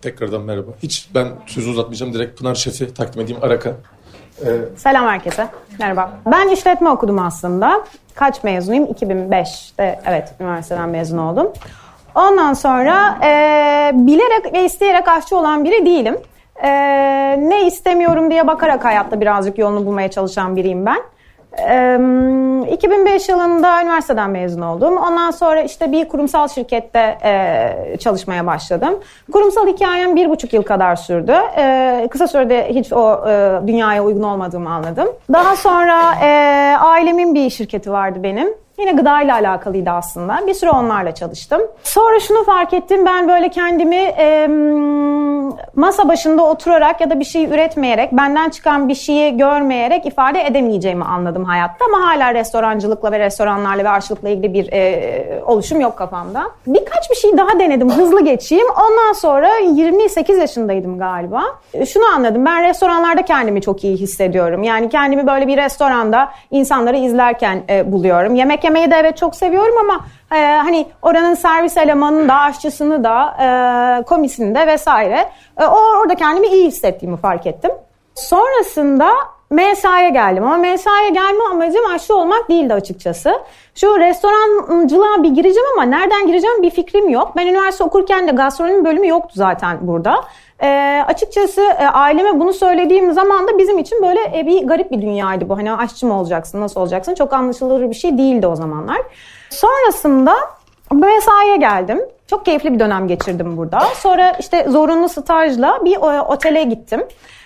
Tekrardan merhaba. Hiç ben sözü uzatmayacağım. Direkt Pınar Şef'i takdim edeyim. Araka. Selam herkese. Merhaba. Ben işletme okudum aslında. Kaç mezunuyum? 2005'te evet üniversiteden mezun oldum. Ondan sonra bilerek ve isteyerek aşçı olan biri değilim. Ne istemiyorum diye bakarak hayatta birazcık yolunu bulmaya çalışan biriyim ben. 2005 yılında üniversiteden mezun oldum. Ondan sonra işte bir kurumsal şirkette çalışmaya başladım. Kurumsal hikayem 1,5 yıl kadar sürdü. Kısa sürede hiç o dünyaya uygun olmadığımı anladım. Daha sonra ailemin bir şirketi vardı benim. Yine gıda ile alakalıydı aslında. Bir süre onlarla çalıştım. Sonra şunu fark ettim. Ben böyle kendimi masa başında oturarak ya da bir şey üretmeyerek, benden çıkan bir şeyi görmeyerek ifade edemeyeceğimi anladım hayatta. Ama hala restorancılıkla ve restoranlarla ve aşçılıkla ilgili bir oluşum yok kafamda. Birkaç bir şey daha denedim. Hızlı geçeyim. Ondan sonra 28 yaşındaydım galiba. Şunu anladım. Ben restoranlarda kendimi çok iyi hissediyorum. Yani kendimi böyle bir restoranda insanları izlerken buluyorum. Yemek yemeyi de evet çok seviyorum ama hani oranın servis elemanını da, aşçısını da, komisini de vesaire orada kendimi iyi hissettiğimi fark ettim. Sonrasında MSA'ya geldim ama MSA'ya gelme amacım aşçı olmak değildi açıkçası. Şu restorancılığa bir gireceğim ama nereden gireceğim bir fikrim yok. Ben üniversite okurken de gastronomi bölümü yoktu zaten burada. Açıkçası aileme bunu söylediğim zaman da bizim için böyle bir garip bir dünyaydı bu. Hani aşçı mı olacaksın, nasıl olacaksın? Çok anlaşılır bir şey değildi o zamanlar. Sonrasında MSA'ya geldim. Çok keyifli bir dönem geçirdim burada. Sonra işte zorunlu stajla bir otele gittim.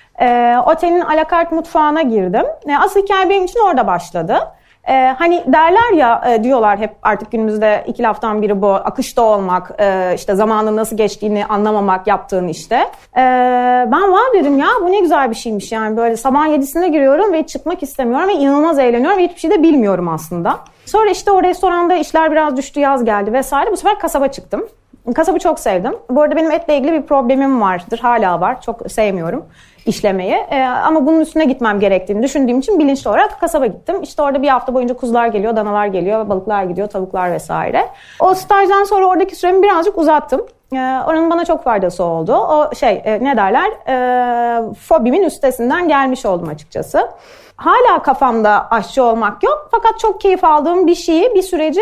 Otelin alakart mutfağına girdim. Asıl hikaye benim için orada başladı. Hani derler ya, diyorlar hep artık günümüzde 2 laftan biri bu, akışta olmak, işte zamanın nasıl geçtiğini anlamamak yaptığın işte. Ben wow dedim ya, bu ne güzel bir şeymiş yani, böyle sabah 7'sinde giriyorum ve hiç çıkmak istemiyorum ve inanılmaz eğleniyorum ve hiçbir şey de bilmiyorum aslında. Sonra işte o restoranda işler biraz düştü, yaz geldi vesaire, bu sefer kasaba çıktım. Kasabı çok sevdim. Bu arada benim etle ilgili bir problemim vardır, hala var, çok sevmiyorum işlemeyi. Ama bunun üstüne gitmem gerektiğini düşündüğüm için bilinçli olarak kasaba gittim. İşte orada bir hafta boyunca kuzular geliyor, danalar geliyor, balıklar gidiyor, tavuklar vesaire. O stajdan sonra oradaki süremi birazcık uzattım. Onun bana çok faydası oldu. O ne derler, fobimin üstesinden gelmiş oldum açıkçası. Hala kafamda aşçı olmak yok. Fakat çok keyif aldığım bir şeyi, bir süreci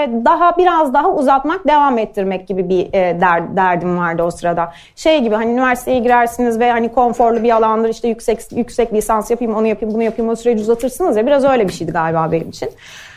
biraz daha uzatmak, devam ettirmek gibi bir derdim vardı o sırada. Gibi hani üniversiteye girersiniz ve hani konforlu bir alandır, işte yüksek lisans yapayım, onu yapayım, bunu yapayım, o süreci uzatırsınız ya. Biraz öyle bir şeydi galiba benim için.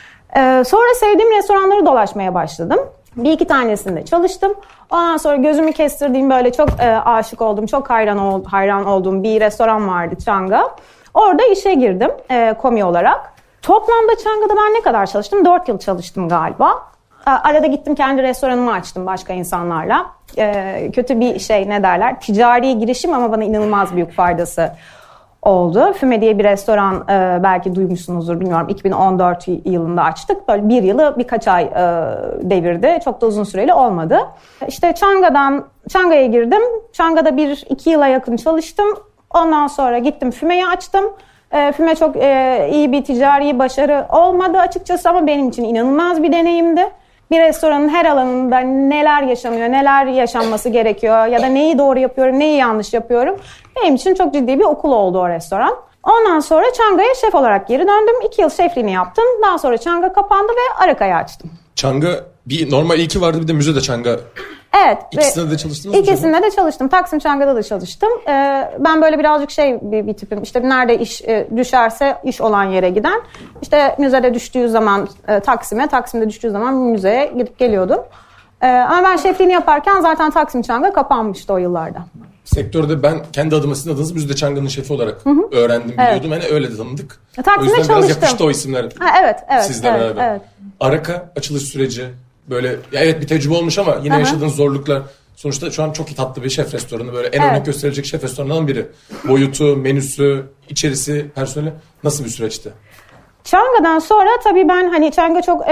Sonra sevdiğim restoranları dolaşmaya başladım. 1-2 tanesinde çalıştım. Ondan sonra gözümü kestirdiğim, böyle çok aşık olduğum, çok hayran olduğum bir restoran vardı, Çanga. Orada işe girdim komi olarak. Toplamda Çanga'da ben ne kadar çalıştım? 4 yıl çalıştım galiba. Arada gittim kendi restoranımı açtım başka insanlarla. Kötü bir ticari girişim ama bana inanılmaz büyük faydası oldu. Füme diye bir restoran, belki duymuşsunuzdur bilmiyorum. 2014 yılında açtık. Böyle bir yılı birkaç ay devirdi. Çok da uzun süreli olmadı. İşte Çanga'ya girdim. Çanga'da 1-2 yıla yakın çalıştım. Ondan sonra gittim Füme'yi açtım. Füme çok iyi bir ticari başarı olmadı açıkçası ama benim için inanılmaz bir deneyimdi. Bir restoranın her alanında neler yaşanıyor, neler yaşanması gerekiyor ya da neyi doğru yapıyorum, neyi yanlış yapıyorum. Benim için çok ciddi bir okul oldu o restoran. Ondan sonra Çanga'ya şef olarak geri döndüm. 2 yıl şefliğini yaptım. Daha sonra Çanga kapandı ve Araka'yı açtım. Çanga, bir normal ilki vardı, bir de müzede Çanga. Evet. İkisinde de çalıştınız mı? İkisinde de çalıştım. Taksim Çanga'da da çalıştım. Ben böyle birazcık bir tipim. İşte nerede iş düşerse iş olan yere giden. İşte müzede düştüğü zaman Taksim'de düştüğü zaman müzeye gidip geliyordum. Ama ben şefliğini yaparken zaten Taksim Çanga kapanmıştı o yıllarda. Sektörde ben kendi adıma sizin adınızı müzede Çanga'nın şefi olarak öğrendim, biliyordum. Evet. Hani öyle de tanıdık. Taksim'de o yüzden çalıştım. Biraz yapıştı o isimler. Evet. Sizden beraber. Evet. Araka açılış süreci böyle, ya evet bir tecrübe olmuş ama yine yaşadığınız zorluklar. Sonuçta şu an çok iyi, tatlı bir şef restoranı, böyle en örnek gösterilecek şef restoranlarından biri. Boyutu, menüsü, içerisi, personeli nasıl bir süreçti? Çanga'dan sonra tabii ben hani Çanga çok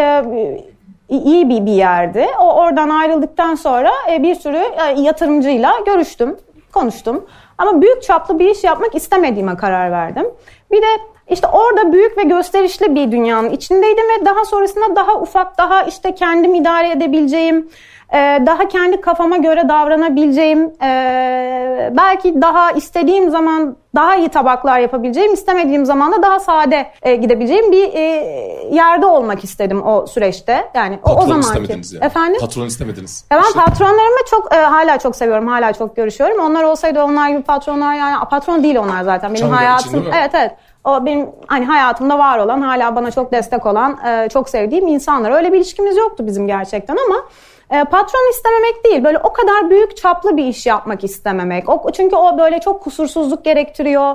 iyi bir yerdi. Oradan ayrıldıktan sonra bir sürü yatırımcıyla görüştüm, konuştum. Ama büyük çaplı bir iş yapmak istemediğime karar verdim. Bir de İşte orada büyük ve gösterişli bir dünyanın içindeydim ve daha sonrasında daha ufak, daha işte kendim idare edebileceğim, daha kendi kafama göre davranabileceğim, belki daha istediğim zaman daha iyi tabaklar yapabileceğim, istemediğim zaman da daha sade gidebileceğim bir yerde olmak istedim o süreçte. Yani patron o zamanki. istemediniz yani. Efendim? Patron istemediniz. Ben patronlarımı hala çok seviyorum, hala çok görüşüyorum. Onlar olsaydı onlar gibi patronlar, yani patron değil onlar zaten. Benim Çanga hayatım. için, değil mi? Evet. O benim hani hayatımda var olan, hala bana çok destek olan, çok sevdiğim insanlar. Öyle bir ilişkimiz yoktu bizim gerçekten ama patron istememek değil, böyle o kadar büyük çaplı bir iş yapmak istememek. Çünkü o böyle çok kusursuzluk gerektiriyor.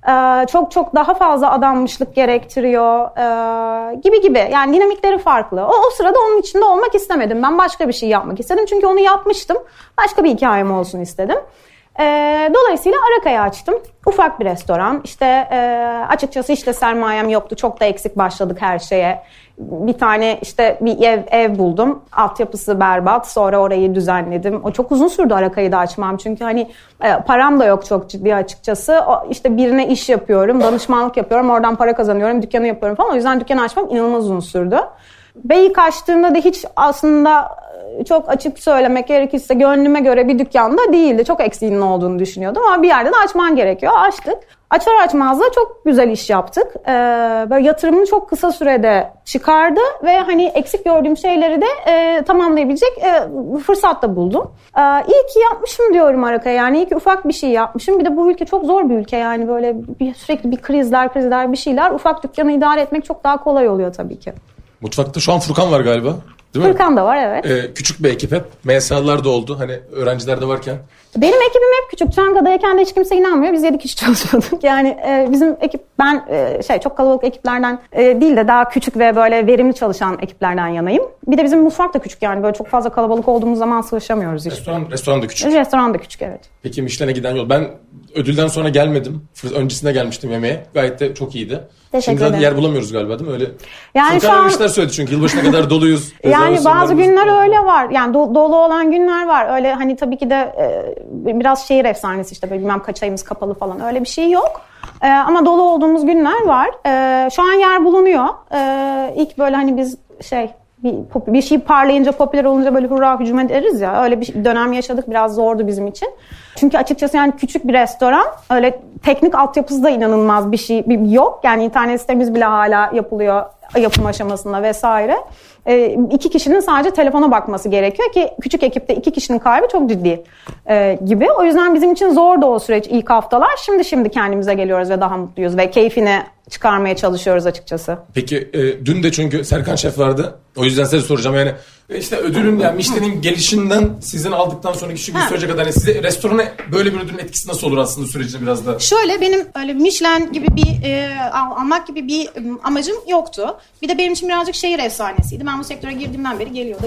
Çok daha fazla adanmışlık gerektiriyor gibi. Yani dinamikleri farklı. O sırada onun içinde olmak istemedim. Ben başka bir şey yapmak istedim. Çünkü onu yapmıştım. Başka bir hikayem olsun istedim. Dolayısıyla Araka'yı açtım. Ufak bir restoran. İşte açıkçası hiç de sermayem yoktu. Çok da eksik başladık her şeye. Bir tane işte bir ev buldum. Altyapısı berbat. Sonra orayı düzenledim. O çok uzun sürdü Araka'yı da açmam. Çünkü hani param da yok çok ciddi açıkçası. İşte birine iş yapıyorum, danışmanlık yapıyorum. Oradan para kazanıyorum, dükkanı yapıyorum falan. O yüzden dükkanı açmam inanılmaz uzun sürdü. Beyik açtığımda da hiç aslında çok açık söylemek gerekirse gönlüme göre bir dükkanda değildi. Çok eksiğinin olduğunu düşünüyordum ama bir yerde de açman gerekiyor. Açtık. Açar açmaz da çok güzel iş yaptık. Böyle yatırımını çok kısa sürede çıkardı ve hani eksik gördüğüm şeyleri de tamamlayabilecek fırsat da buldum. İyi ki yapmışım diyorum Araka'ya. Yani iyi ki ufak bir şey yapmışım. Bir de bu ülke çok zor bir ülke, yani böyle sürekli bir krizler bir şeyler. Ufak dükkanı idare etmek çok daha kolay oluyor tabii ki. Mutfakta şu an Furkan var galiba. Değil mi? Furkan da var, evet. Küçük bir ekip hep. MSA'lar da oldu. Hani öğrenciler de varken. Benim ekibim hep küçük. Çankada'yken de hiç kimse inanmıyor. Biz 7 kişi çalışıyorduk. Yani bizim ekip, ben çok kalabalık ekiplerden değil de daha küçük ve böyle verimli çalışan ekiplerden yanayım. Bir de bizim mutfak da küçük, yani böyle çok fazla kalabalık olduğumuz zaman sığışamıyoruz hiç. Restoran da küçük. Restoran da küçük, evet. Peki Michelin'e giden yol. Ben ödülden sonra gelmedim. Öncesinde gelmiştim yemeğe. Gayet de çok iyiydi. Şimdi zaten yer bulamıyoruz galiba, değil mi? Öyle. Yani Furkan işler söyledi çünkü yılbaşına kadar doluyuz. Yani bazı günler öyle var. Yani dolu olan günler var. Öyle hani tabii ki de biraz şehir efsanesi, işte böyle bilmem kaç ayımız kapalı falan, öyle bir şey yok. Ama dolu olduğumuz günler var. Şu an yer bulunuyor. İlk böyle hani biz bir şey parlayınca, popüler olunca böyle hurra hücum ederiz ya. Öyle bir dönem yaşadık. Biraz zordu bizim için. Çünkü açıkçası yani küçük bir restoran. Öyle teknik altyapısı da inanılmaz bir şey yok. Yani internet sitemiz bile hala yapılıyor, yapım aşamasında vesaire. 2 kişinin sadece telefona bakması gerekiyor ki küçük ekipte 2 kişinin kaybı çok ciddi gibi. O yüzden bizim için zordu o süreç, ilk haftalar. Şimdi kendimize geliyoruz ve daha mutluyuz ve keyfini çıkarmaya çalışıyoruz açıkçası. Peki dün de çünkü Serkan Şef vardı. O yüzden size soracağım, yani işte ödülün, yani Michelin'in gelişinden sizin aldıktan sonraki şu bir sürece kadar, yani size restorana böyle bir ödülün etkisi nasıl olur aslında sürecinde biraz da? Şöyle, benim öyle Michelin gibi bir almak gibi bir amacım yoktu. Bir de benim için birazcık şehir efsanesiydi. Ben bu sektöre girdiğimden beri geliyor.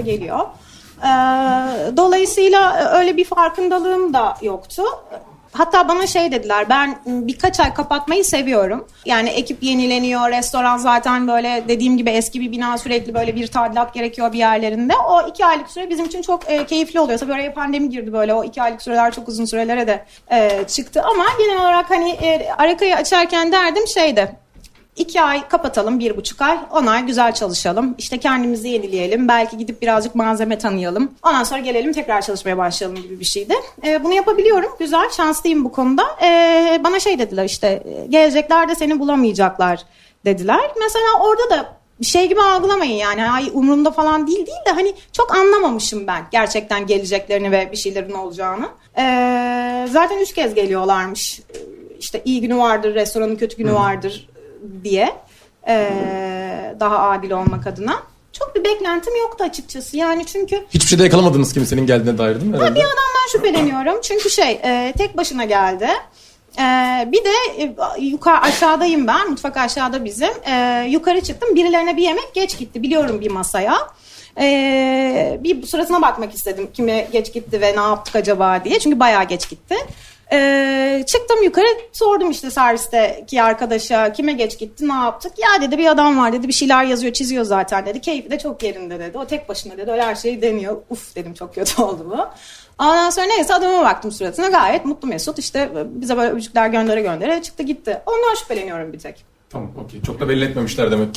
Dolayısıyla öyle bir farkındalığım da yoktu. Hatta bana dediler, ben birkaç ay kapatmayı seviyorum. Yani ekip yenileniyor, restoran zaten böyle dediğim gibi eski bir bina, sürekli böyle bir tadilat gerekiyor bir yerlerinde. O 2 aylık süre bizim için çok keyifli oluyor. Tabii oraya pandemi girdi, böyle o 2 aylık süreler çok uzun sürelere de çıktı. Ama genel olarak hani Araka'yı açarken derdim 2 ay kapatalım, 1,5 ay, 10 ay güzel çalışalım. İşte kendimizi yenileyelim. Belki gidip birazcık malzeme tanıyalım. Ondan sonra gelelim tekrar çalışmaya başlayalım gibi bir şeydi. Bunu yapabiliyorum. Güzel, şanslıyım bu konuda. Bana dediler, işte gelecekler de seni bulamayacaklar dediler. Mesela orada da gibi algılamayın yani. Ay, umurumda falan değil de hani çok anlamamışım ben gerçekten geleceklerini ve bir şeylerin olacağını. Zaten 3 kez geliyorlarmış. İşte iyi günü vardır, restoranın kötü günü vardır diye, daha adil olmak adına. Çok bir beklentim yoktu açıkçası. Yani çünkü hiçbir şeyde yakalamadınız kimsenin geldiğine dair, değil mi? Ben bir adamdan şüpheleniyorum. Çünkü tek başına geldi. Bir de yukarı aşağıdayım ben. Mutfak aşağıda bizim. Yukarı çıktım. Birilerine bir yemek geç gitti. Biliyorum bir masaya. Bir suratına bakmak istedim. Kime geç gitti ve ne yaptık acaba diye. Çünkü bayağı geç gitti. Çıktım yukarı, sordum işte servisteki arkadaşa, kime geç gitti, ne yaptık? Ya dedi, bir adam var dedi, bir şeyler yazıyor çiziyor zaten dedi, keyfi de çok yerinde dedi, o tek başına dedi, öyle her şeyi deniyor. Uf dedim, çok kötü oldu bu. Ondan sonra neyse adama baktım suratına, gayet mutlu mesut, işte bize böyle öpücükler göndere çıktı gitti. Ondan şüpheleniyorum bir tek. Tamam, okey. Çok da belli etmemişler demek ki.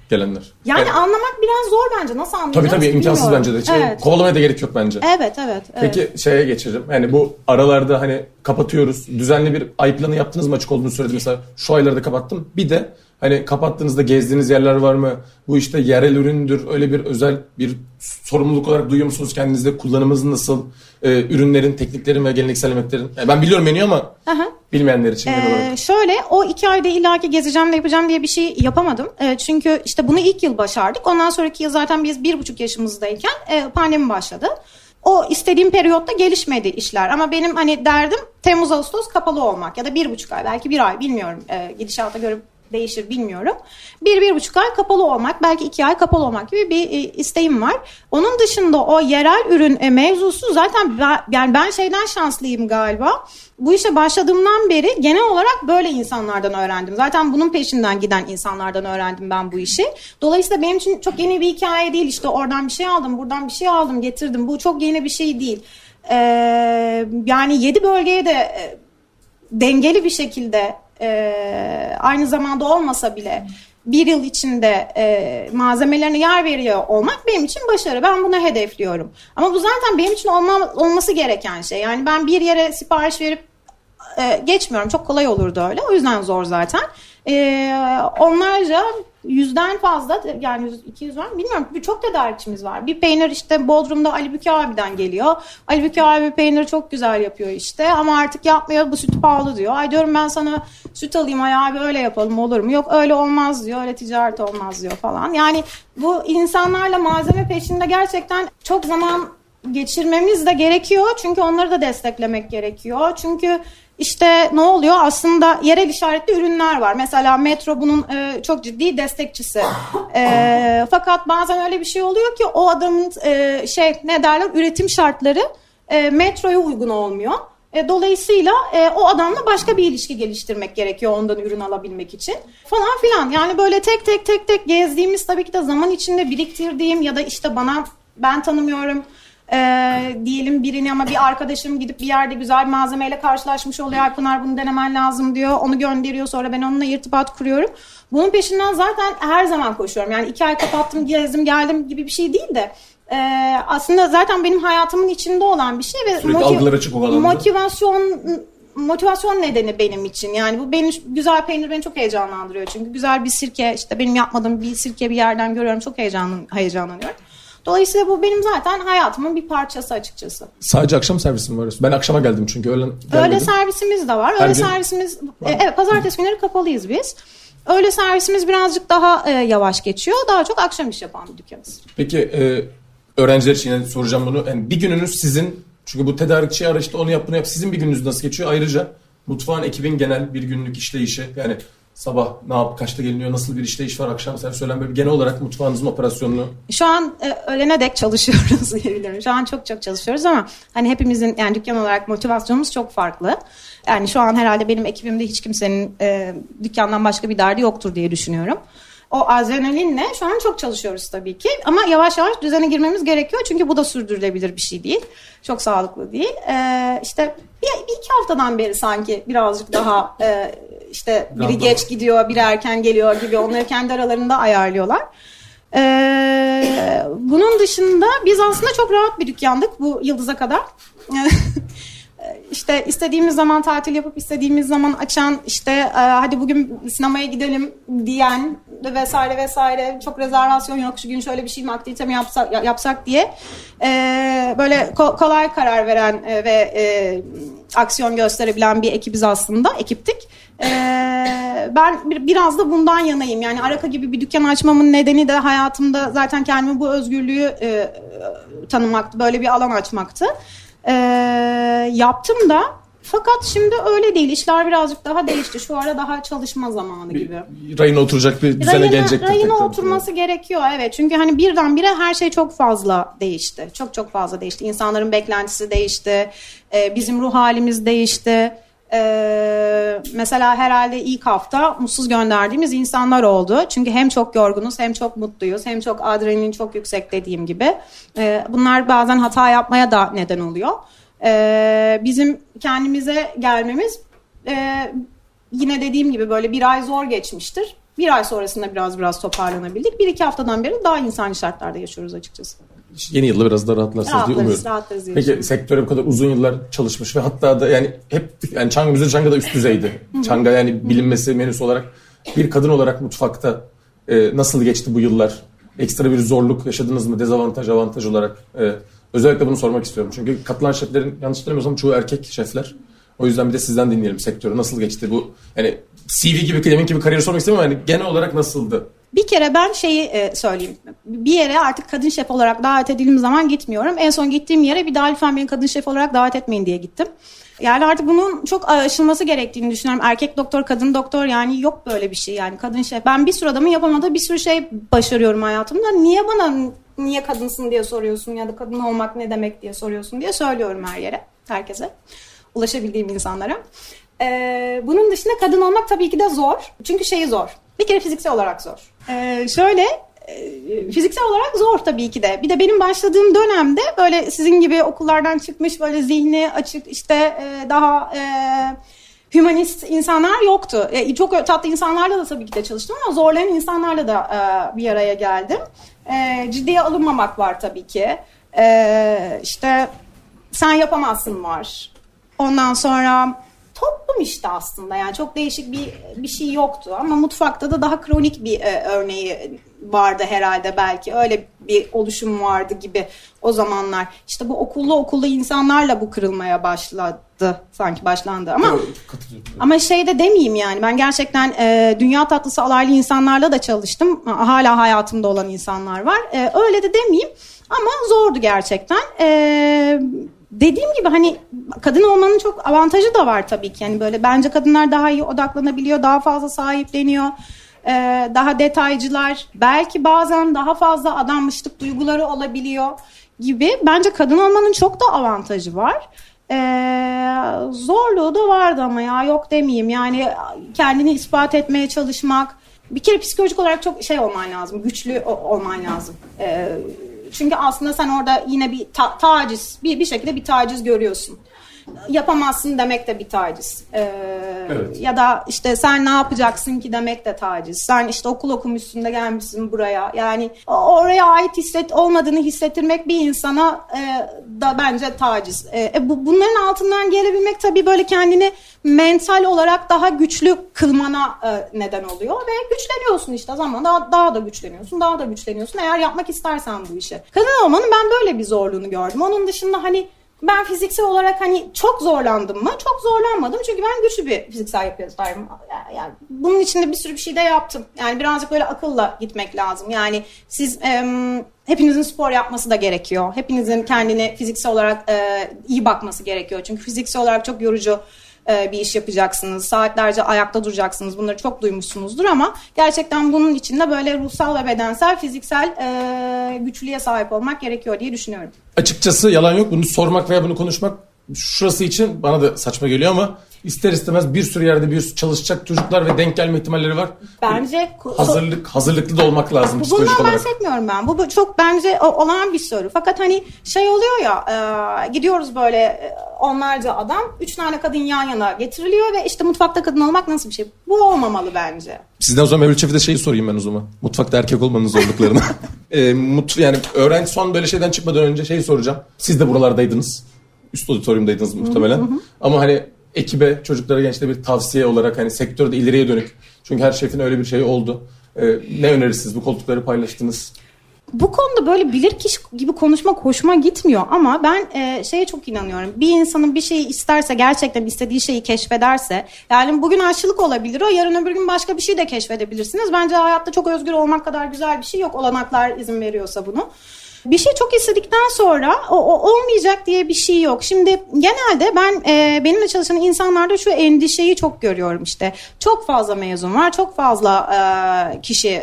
gelenler. Yani anlamak biraz zor bence. Nasıl anlayacağız? Tabii imkansız bence de. Evet. Kovalamaya da gerek yok bence. Evet. Peki şeye geçelim. Yani bu aralarda hani kapatıyoruz. Düzenli bir ay planı yaptınız mı açık olduğunu söyledi. Mesela şu ayları da kapattım. Bir de hani kapattığınızda gezdiğiniz yerler var mı? Bu işte yerel üründür. Öyle bir özel bir sorumluluk olarak duyuyor musunuz kendinizde? Kullanımınız nasıl? Ürünlerin, tekniklerin ve geleneksel yemeklerin. Yani ben biliyorum menüyü ama bilmeyenler için genel olarak. Şöyle o 2 ayda illaki gezeceğim de yapacağım diye bir şey yapamadım. Çünkü işte bunu ilk yıl başardık. Ondan sonraki yıl zaten biz 1,5 yaşımızdayken pandemi başladı. O istediğim periyotta gelişmedi işler. Ama benim hani derdim Temmuz-Ağustos kapalı olmak ya da 1,5 ay belki 1 ay bilmiyorum. Gidişata göre değişir bilmiyorum. 1-1,5 ay kapalı olmak, belki 2 ay kapalı olmak gibi bir isteğim var. Onun dışında o yerel ürün mevzusu zaten ben şeyden şanslıyım galiba. Bu işe başladığımdan beri genel olarak böyle insanlardan öğrendim. Zaten bunun peşinden giden insanlardan öğrendim ben bu işi. Dolayısıyla benim için çok yeni bir hikaye değil. İşte oradan bir şey aldım, buradan bir şey aldım, getirdim. Bu çok yeni bir şey değil. Yani 7 bölgeye de dengeli bir şekilde aynı zamanda olmasa bile bir yıl içinde malzemelerine yer veriyor olmak benim için başarı. Ben bunu hedefliyorum. Ama bu zaten benim için olması gereken şey. Yani ben bir yere sipariş verip geçmiyorum. Çok kolay olurdu öyle. O yüzden zor zaten. Onlarca 100'den fazla yani 200 var mı bilmiyorum. Çok tedarikçimiz var. Bir peynir işte Bodrum'da Ali Büke abiden geliyor. Ali Büke abi peyniri çok güzel yapıyor işte ama artık yapmıyor, bu süt pahalı diyor. Ay diyorum ben sana süt alayım ay abi öyle yapalım olur mu? Yok öyle olmaz diyor, öyle ticaret olmaz diyor falan. Yani bu insanlarla malzeme peşinde gerçekten çok zaman geçirmemiz de gerekiyor. Çünkü onları da desteklemek gerekiyor. Çünkü İşte ne oluyor? Aslında yerel işaretli ürünler var. Mesela Metro bunun çok ciddi destekçisi. Fakat bazen öyle bir şey oluyor ki o adamın üretim şartları Metro'ya uygun olmuyor. Dolayısıyla o adamla başka bir ilişki geliştirmek gerekiyor ondan ürün alabilmek için falan filan. Yani böyle tek gezdiğimiz tabii ki de zaman içinde biriktirdiğim ya da işte ben tanımıyorum. Diyelim birini ama bir arkadaşım gidip bir yerde güzel bir malzemeyle karşılaşmış oluyor. Ay Pınar bunu denemen lazım diyor. Onu gönderiyor, sonra ben onunla irtibat kuruyorum. Bunun peşinden zaten her zaman koşuyorum. Yani 2 ay kapattım, gezdim, geldim gibi bir şey değil de aslında zaten benim hayatımın içinde olan bir şey ve algılar açık o alanda. Motivasyon nedeni benim için. Yani bu güzel peynir beni çok heyecanlandırıyor. Çünkü güzel bir sirke, işte benim yapmadığım bir sirke bir yerden görüyorum, çok heyecanlanıyorum. Dolayısıyla bu benim zaten hayatımın bir parçası açıkçası. Sadece akşam servisi mi var? Ben akşama geldim çünkü öğle servisimiz de var. Öğle servisimiz evet, pazartesi günleri kapalıyız biz. Öğle servisimiz birazcık daha yavaş geçiyor. Daha çok akşam iş yapan bir dükkanız. Peki öğrenciler için yine soracağım bunu. Yani bir gününüz sizin, çünkü bu tedarikçi ara işte onu yap bunu yap. Sizin bir gününüz nasıl geçiyor? Ayrıca mutfağın ekibin genel bir günlük işleyişi, yani sabah kaçta geliniyor, nasıl bir işleyiş var, akşam servis söylen böyle genel olarak mutfağınızın operasyonunu. Şu an öğlene dek çalışıyoruz diyebilirim. Şu an çok çalışıyoruz ama hani hepimizin yani dükkan olarak motivasyonumuz çok farklı. Yani şu an herhalde benim ekibimde hiç kimsenin dükkandan başka bir derdi yoktur diye düşünüyorum. O adrenalinle şu an çok çalışıyoruz tabii ki. Ama yavaş yavaş düzene girmemiz gerekiyor. Çünkü bu da sürdürülebilir bir şey değil. Çok sağlıklı değil. İşte bir iki haftadan beri sanki birazcık daha işte biri geç gidiyor, biri erken geliyor gibi onları kendi aralarında ayarlıyorlar. Bunun dışında biz aslında çok rahat bir dükkandık bu yıldıza kadar. İşte istediğimiz zaman tatil yapıp istediğimiz zaman açan, işte hadi bugün sinemaya gidelim diyen vesaire, çok rezervasyon yok, şu gün şöyle bir şey mi, aktivite mi yapsak diye böyle kolay karar veren ve aksiyon gösterebilen bir ekiptik. Ben biraz da bundan yanayım. Yani Araka gibi bir dükkan açmamın nedeni de hayatımda zaten kendime bu özgürlüğü tanımaktı, böyle bir alan açmaktı. Yaptım da, fakat şimdi öyle değil. İşler birazcık daha değişti. Şu ara daha çalışma zamanı gibi. Rayına oturacak bir düzene gelecektir. Rayına oturması gerekiyor, evet. Çünkü hani birdenbire her şey çok fazla değişti. Çok fazla değişti. İnsanların beklentisi değişti. Bizim ruh halimiz değişti. Mesela herhalde ilk hafta mutsuz gönderdiğimiz insanlar oldu. Çünkü hem çok yorgunuz, hem çok mutluyuz, hem çok adrenalin çok yüksek dediğim gibi. Bunlar bazen hata yapmaya da neden oluyor. Bizim kendimize gelmemiz yine dediğim gibi böyle bir ay zor geçmiştir. Bir ay sonrasında biraz toparlanabildik. 1-2 haftadan beri daha insani şartlarda yaşıyoruz açıkçası. Yeni yılda biraz daha rahatlarsınız diye umuyorum. Rahatlarız diye. Peki sektöre bu kadar uzun yıllar çalışmış ve hatta da yani hep yani Çanga da üst düzeydi. Çanga yani bilinmesi menüsü olarak bir kadın olarak mutfakta nasıl geçti bu yıllar? Ekstra bir zorluk yaşadınız mı? Dezavantaj, avantaj olarak? Özellikle bunu sormak istiyorum. Çünkü katılan şeflerin yanlış hatırlamıyorsam çoğu erkek şefler. O yüzden bir de sizden dinleyelim sektörü. Nasıl geçti bu? Yani CV gibi, demin gibi kariyeri sormak istemiyorum ama yani genel olarak nasıldı? Bir kere ben söyleyeyim. Bir yere artık kadın şef olarak davet edildiğim zaman gitmiyorum. En son gittiğim yere bir daha lütfen beni kadın şef olarak davet etmeyin diye gittim. Yani artık bunun çok aşılması gerektiğini düşünüyorum. Erkek doktor, kadın doktor, yani yok böyle bir şey. Yani kadın şef. Ben bir sürü adamın yapamadığı bir sürü şey başarıyorum hayatımda. Niye kadınsın diye soruyorsun ya da kadın olmak ne demek diye soruyorsun diye söylüyorum her yere, herkese. Ulaşabildiğim insanlara. Bunun dışında kadın olmak tabii ki de zor. Çünkü zor. Bir kere fiziksel olarak zor. Fiziksel olarak zor tabii ki de. Bir de benim başladığım dönemde böyle sizin gibi okullardan çıkmış böyle zihni açık daha hümanist insanlar yoktu. Çok tatlı insanlarla da tabii ki de çalıştım ama zorlayan insanlarla da bir araya geldim. Ciddiye alınmamak var tabii ki. Sen yapamazsın var. Ondan sonra toplum aslında yani çok değişik bir şey yoktu ama mutfakta da daha kronik bir örneği vardı herhalde, belki öyle bir oluşum vardı gibi o zamanlar. Bu okullu insanlarla bu kırılmaya başlandı ama de demeyeyim yani ben gerçekten dünya tatlısı alaylı insanlarla da çalıştım, hala hayatımda olan insanlar var, öyle de demeyeyim ama zordu gerçekten. Dediğim gibi hani kadın olmanın çok avantajı da var tabii ki. Yani böyle bence kadınlar daha iyi odaklanabiliyor, daha fazla sahipleniyor, daha detaycılar, belki bazen daha fazla adanmışlık duyguları olabiliyor gibi. Bence kadın olmanın çok da avantajı var. Zorluğu da vardı ama yok demeyeyim. Yani kendini ispat etmeye çalışmak. Bir kere psikolojik olarak çok olman lazım, güçlü olman lazım. Çünkü aslında sen orada yine bir taciz, bir şekilde bir taciz görüyorsun. Yapamazsın demek de bir taciz. Evet. Ya da sen ne yapacaksın ki demek de taciz. Sen okul okumuşsun da gelmişsin buraya. Yani oraya ait olmadığını hissettirmek bir insana da bence taciz. Bunların altından gelebilmek tabii böyle kendini mental olarak daha güçlü kılmana neden oluyor. Ve güçleniyorsun zamanla daha da güçleniyorsun, daha da güçleniyorsun. Eğer yapmak istersen bu işi. Kadın olmanın ben böyle bir zorluğunu gördüm. Onun dışında ben fiziksel olarak çok zorlandım mı? Çok zorlanmadım çünkü ben güçlü bir fiziksel yapıya sahibim. Yani bunun içinde bir sürü bir şey de yaptım. Yani birazcık böyle akılla gitmek lazım. Yani siz hepinizin spor yapması da gerekiyor. Hepinizin kendine fiziksel olarak iyi bakması gerekiyor. Çünkü fiziksel olarak çok yorucu bir iş yapacaksınız. Saatlerce ayakta duracaksınız. Bunları çok duymuşsunuzdur ama gerçekten bunun içinde böyle ruhsal ve bedensel, fiziksel güçlüğe sahip olmak gerekiyor diye düşünüyorum. Açıkçası yalan yok. Bunu sormak veya bunu konuşmak şurası için bana da saçma geliyor ama ister istemez bir sürü yerde çalışacak çocuklar ve denk gelme ihtimalleri var. Bence hazırlıklı da olmak lazım psikolojik olarak. Bundan bahsetmiyorum ben. Bu çok bence olan bir soru. Fakat oluyor ya, gidiyoruz böyle onlarca adam, 3 tane kadın yan yana getiriliyor ve mutfakta kadın olmak nasıl bir şey? Bu olmamalı bence. Sizden o zaman Mevlüt Şef'e de sorayım ben o zaman. Mutfakta erkek olmanın zorluklarını. Yani öğrenci son böyle şeyden çıkmadan önce soracağım. Siz de buralardaydınız. Üst auditoriumdaydınız muhtemelen. Ama ekibe, çocuklara, gençlere bir tavsiye olarak sektörde ileriye dönük. Çünkü her şefin öyle bir şeyi oldu. Ne önerirsiniz? Bu koltukları paylaştınız. Bu konuda böyle bilirkişi gibi konuşmak hoşuma gitmiyor ama ben çok inanıyorum. Bir insanın bir şeyi isterse, gerçekten istediği şeyi keşfederse, yani bugün aşçılık olabilir o, yarın öbür gün başka bir şey de keşfedebilirsiniz. Bence hayatta çok özgür olmak kadar güzel bir şey yok. Olanaklar izin veriyorsa bunu. Bir şey çok istedikten sonra o olmayacak diye bir şey yok. Şimdi genelde ben benimle çalışan insanlarda şu endişeyi çok görüyorum Çok fazla mezun var, çok fazla kişi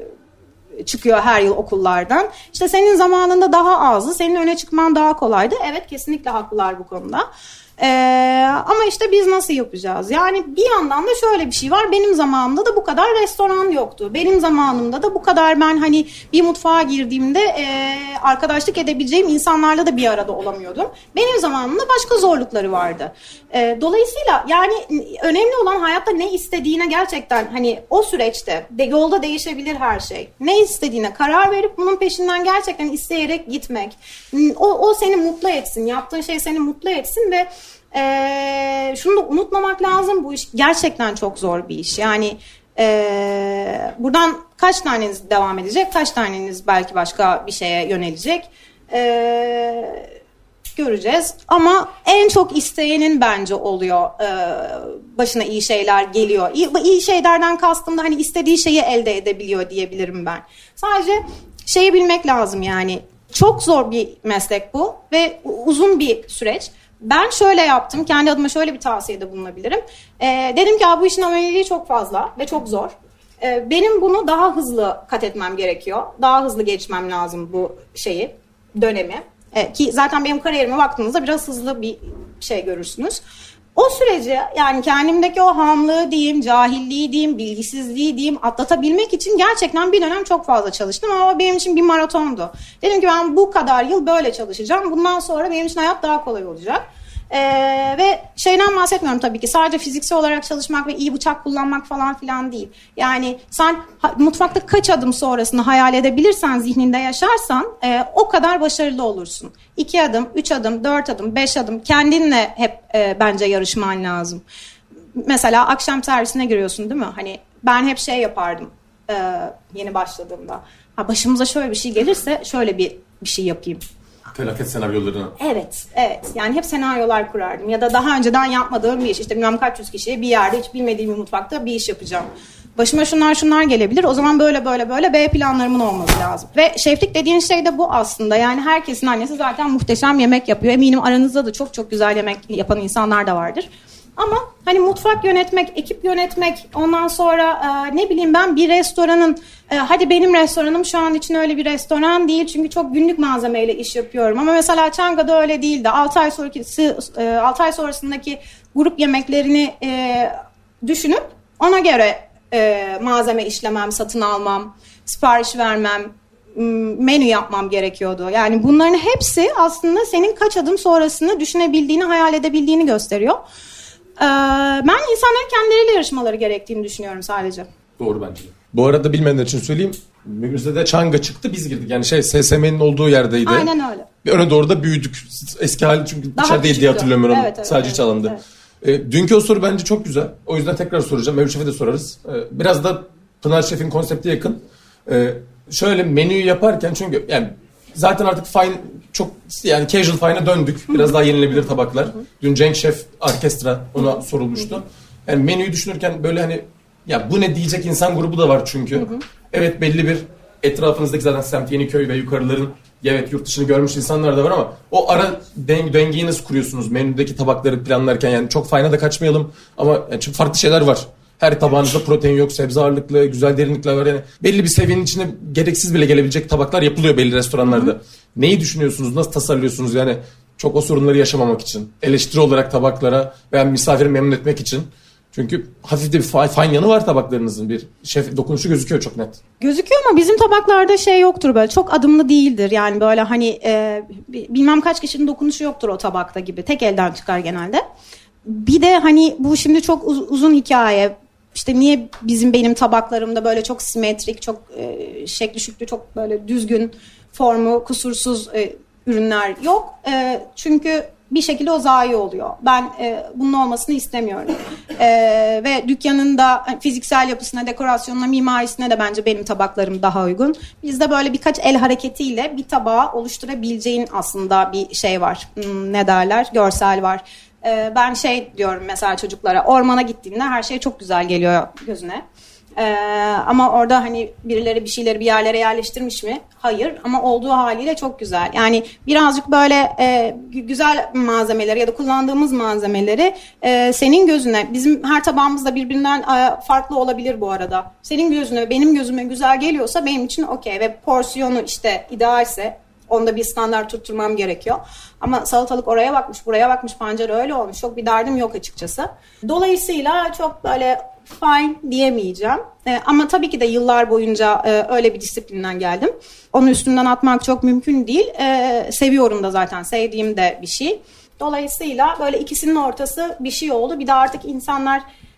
çıkıyor her yıl okullardan. Senin zamanında daha azdı, senin öne çıkman daha kolaydı. Evet, kesinlikle haklılar bu konuda. Ama işte biz nasıl yapacağız? Yani bir yandan da şöyle bir şey var. Benim zamanımda da bu kadar restoran yoktu. Benim zamanımda da bu kadar ben hani bir mutfağa girdiğimde arkadaşlık edebileceğim insanlarla da bir arada olamıyordum. Benim zamanımda başka zorlukları vardı. Dolayısıyla yani önemli olan hayatta ne istediğine gerçekten hani o süreçte yolda değişebilir her şey. Ne istediğine karar verip bunun peşinden gerçekten isteyerek gitmek. O seni mutlu etsin. Yaptığın şey seni mutlu etsin ve şunu da unutmamak lazım. Bu iş gerçekten çok zor bir iş. Yani buradan kaç taneniz devam edecek? Kaç taneniz belki başka bir şeye yönelecek? Göreceğiz. Ama en çok isteyenin bence oluyor. Başına iyi şeyler geliyor. İyi şeylerden kastım da hani istediği şeyi elde edebiliyor diyebilirim ben. Sadece şeyi bilmek lazım yani. Çok zor bir meslek bu ve uzun bir süreç. Ben şöyle yaptım. Kendi adıma şöyle bir tavsiyede bulunabilirim. Dedim ki bu işin ameliyatı çok fazla ve çok zor. Benim bunu daha hızlı kat etmem gerekiyor. Daha hızlı geçmem lazım bu dönemi. Ki zaten benim kariyerime baktığınızda biraz hızlı bir şey görürsünüz. O süreci yani kendimdeki o hamlığı diyeyim, cahilliği diyeyim, bilgisizliği diyeyim atlatabilmek için gerçekten bir dönem çok fazla çalıştım ama benim için bir maratondu. Dedim ki ben bu kadar yıl böyle çalışacağım. Bundan sonra benim için hayat daha kolay olacak. Ve şeyden bahsetmiyorum tabii ki sadece fiziksel olarak çalışmak ve iyi bıçak kullanmak falan filan değil. Yani sen mutfakta kaç adım sonrasını hayal edebilirsen, zihninde yaşarsan o kadar başarılı olursun. 2 adım, 3 adım, 4 adım, 5 adım kendinle hep bence yarışman lazım. Mesela akşam servisine giriyorsun değil mi? Hani ben hep şey yapardım yeni başladığımda. Başımıza şöyle bir şey gelirse şöyle bir şey yapayım. Felaket senaryolarını. Evet. Yani hep senaryolar kurardım. Ya da daha önceden yapmadığım bir iş. İşte bilmem kaç yüz kişiye bir yerde hiç bilmediğim bir mutfakta bir iş yapacağım. Başıma şunlar gelebilir. O zaman böyle B planlarımın olması lazım. Ve şeflik dediğin şey de bu aslında. Yani herkesin annesi zaten muhteşem yemek yapıyor. Eminim aranızda da çok güzel yemek yapan insanlar da vardır. Ama hani mutfak yönetmek, ekip yönetmek, ondan sonra ne bileyim ben bir restoranın, hadi benim restoranım şu an için öyle bir restoran değil çünkü çok günlük malzemeyle iş yapıyorum. Ama mesela Çanga'da öyle değildi. 6 ay sonrasındaki grup yemeklerini düşünüp ona göre malzeme işlemem, satın almam, sipariş vermem, menü yapmam gerekiyordu. Yani bunların hepsi aslında senin kaç adım sonrasını düşünebildiğini, hayal edebildiğini gösteriyor. Ben insanların kendileriyle yarışmaları gerektiğini düşünüyorum sadece. Doğru bence de. Bu arada bilmeyenler için söyleyeyim. Müzede Çanga çıktı biz girdik. Yani SSM'nin olduğu yerdeydi. Aynen öyle. Ve öne doğru da büyüdük. Eski hali çünkü daha dışarıdaydı diye hatırlamıyorum. Evet, sadece evet, çalındı. Evet. Dünkü o soru bence çok güzel. O yüzden tekrar soracağım. Mevlüt Şef'e de sorarız. Biraz da Pınar Şef'in konsepti yakın. Şöyle menüyü yaparken çünkü yani zaten artık fine çok yani casual fine'a döndük. Biraz daha yenilebilir tabaklar. Dün Cenk Şef orkestra ona sorulmuştu. Yani menüyü düşünürken böyle hani ya bu ne diyecek insan grubu da var çünkü. Evet belli bir etrafınızdaki zaten semt, Yeniköy ve yukarıların evet yurt dışını görmüş insanlar da var ama o ara dengeyi nasıl kuruyorsunuz menüdeki tabakları planlarken yani çok fine'a da kaçmayalım ama yani çünkü farklı şeyler var. Her tabağınızda protein yok, sebze ağırlıklı, güzel derinlikler var. Yani belli bir seviyenin içine gereksiz bile gelebilecek tabaklar yapılıyor belli restoranlarda. Neyi düşünüyorsunuz, nasıl tasarlıyorsunuz yani çok o sorunları yaşamamak için? Eleştiri olarak tabaklara veya misafiri memnun etmek için. Çünkü hafif de bir fine yanı var tabaklarınızın. Bir şef dokunuşu gözüküyor çok net. Gözüküyor ama bizim tabaklarda şey yoktur böyle. Çok adımlı değildir. Yani böyle hani bilmem kaç kişinin dokunuşu yoktur o tabakta gibi. Tek elden çıkar genelde. Bir de hani bu şimdi çok uzun hikaye. İşte niye benim tabaklarımda böyle çok simetrik, çok şekli şüklü, çok böyle düzgün, formu kusursuz ürünler yok. Çünkü bir şekilde o zayi oluyor. Ben bunun olmasını istemiyorum. Ve dükkanın da fiziksel yapısına, dekorasyonuna, mimarisine de bence benim tabaklarım daha uygun. Bizde böyle birkaç el hareketiyle bir tabağı oluşturabileceğin aslında bir şey var. Ne derler? Görsel var. Ben şey diyorum mesela çocuklara, ormana gittiğinde her şey çok güzel geliyor gözüne. Ama orada hani birileri bir şeyleri bir yerlere yerleştirmiş mi? Hayır, ama olduğu haliyle çok güzel. Yani birazcık böyle güzel malzemeleri ya da kullandığımız malzemeleri senin gözüne, bizim her tabağımız da birbirinden farklı olabilir bu arada. Senin gözüne, benim gözüme güzel geliyorsa benim için okey ve porsiyonu işte idealse onda bir standart tutturmam gerekiyor. Ama salatalık oraya bakmış, buraya bakmış, pancar öyle olmuş. Çok bir derdim yok açıkçası. Dolayısıyla çok böyle fine diyemeyeceğim. Ama tabii ki de yıllar boyunca öyle bir disiplinden geldim. Onu üstümden atmak çok mümkün değil. Seviyorum da zaten. Sevdiğim de bir şey. Dolayısıyla böyle ikisinin ortası bir şey oldu. Bir de artık insanlar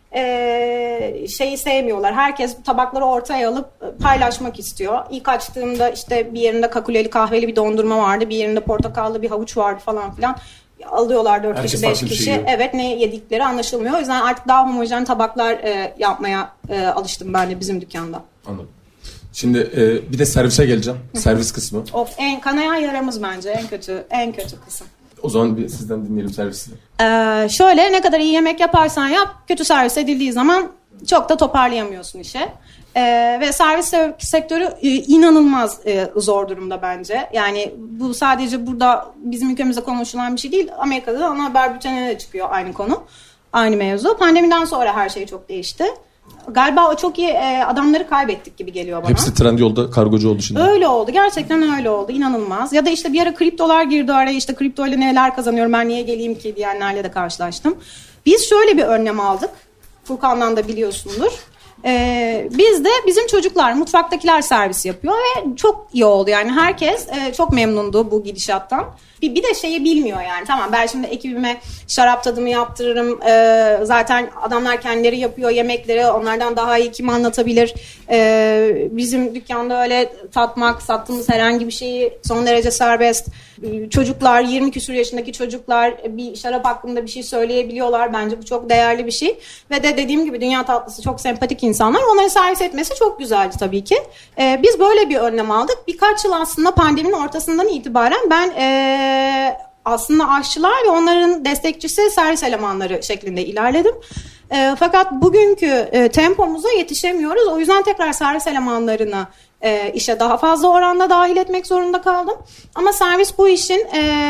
şeyi sevmiyorlar. Herkes tabakları ortaya alıp paylaşmak istiyor. İlk açtığımda işte bir yerinde kakuleli kahveli bir dondurma vardı. Bir yerinde portakallı bir havuç vardı falan filan. Alıyorlar 4 kişi 5 kişi. Şey evet, ne yedikleri anlaşılmıyor. O yüzden artık daha homojen tabaklar yapmaya alıştım ben de bizim dükkanda. Anladım. Şimdi bir de servise geleceğim. Servis kısmı. En kanayan yaramız bence en kötü kısım. O zaman bir sizden dinleyelim servisi. Şöyle, ne kadar iyi yemek yaparsan yap, kötü servis edildiği zaman çok da toparlayamıyorsun işe. Ve servis sektörü inanılmaz zor durumda bence. Yani bu sadece burada bizim ülkemizde konuşulan bir şey değil. Amerika'da da ana haber bültenine de çıkıyor aynı konu. Aynı mevzu. Pandemiden sonra her şey çok değişti. Galiba o çok iyi adamları kaybettik gibi geliyor bana. Hepsi Trendyol'da kargocu oldu şimdi. Öyle oldu. Gerçekten öyle oldu. İnanılmaz. Ya da işte bir ara kriptolar girdi araya. İşte kripto ile neler kazanıyorum, ben niye geleyim ki diyenlerle de karşılaştım. Biz şöyle bir önlem aldık. Furkan'dan da biliyorsundur. Biz de bizim çocuklar, mutfaktakiler servis yapıyor ve çok iyi oldu. Yani herkes çok memnundu bu gidişattan. Bir de şeyi bilmiyor yani. Tamam, ben şimdi ekibime şarap tadımı yaptırırım. Zaten adamlar kendileri yapıyor yemekleri. Onlardan daha iyi kim anlatabilir? Bizim dükkanda öyle tatmak, sattığımız herhangi bir şeyi son derece serbest. Çocuklar, 20 küsur yaşındaki çocuklar bir şarap hakkında bir şey söyleyebiliyorlar. Bence bu çok değerli bir şey. Ve de dediğim gibi dünya tatlısı, çok sempatik insanlar. Onları servis etmesi çok güzeldi tabii ki. Biz böyle bir önlem aldık. Birkaç yıl aslında pandeminin ortasından itibaren ben aslında aşçılar ve onların destekçisi servis elemanları şeklinde ilerledim. Fakat bugünkü tempomuza yetişemiyoruz. O yüzden tekrar servis elemanlarını işe daha fazla oranda dahil etmek zorunda kaldım. Ama servis bu işin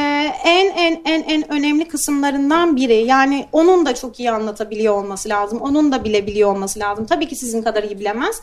en önemli kısımlarından biri. Yani onun da çok iyi anlatabiliyor olması lazım. Onun da bilebiliyor olması lazım. Tabii ki sizin kadar iyi bilemez.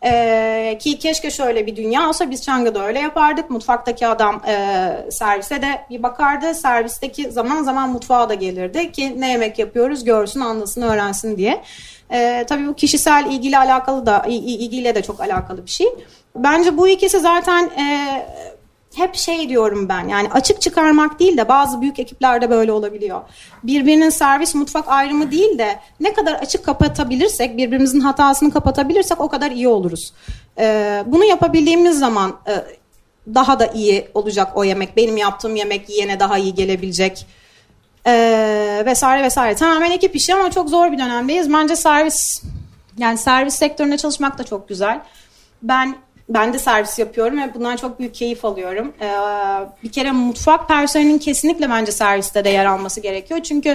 Ki keşke şöyle bir dünya olsa, biz Çanga'da öyle yapardık. Mutfaktaki adam servise de bir bakardı. Servisteki zaman zaman mutfağa da gelirdi ki ne yemek yapıyoruz görsün, anlasın, öğrensin diye. Tabii bu kişisel ilgiyle de çok alakalı bir şey. Bence bu ikisi zaten hep şey diyorum ben, yani açık çıkarmak değil de bazı büyük ekiplerde böyle olabiliyor. Birbirinin servis mutfak ayrımı değil de ne kadar açık kapatabilirsek, birbirimizin hatasını kapatabilirsek o kadar iyi oluruz. Bunu yapabildiğimiz zaman daha da iyi olacak o yemek. Benim yaptığım yemek yiyene daha iyi gelebilecek. Vesaire vesaire. Tamamen ekip işi ama çok zor bir dönemdeyiz. Bence servis sektöründe çalışmak da çok güzel. Ben de servis yapıyorum ve bundan çok büyük keyif alıyorum. Bir kere mutfak personelinin kesinlikle bence serviste de yer alması gerekiyor. Çünkü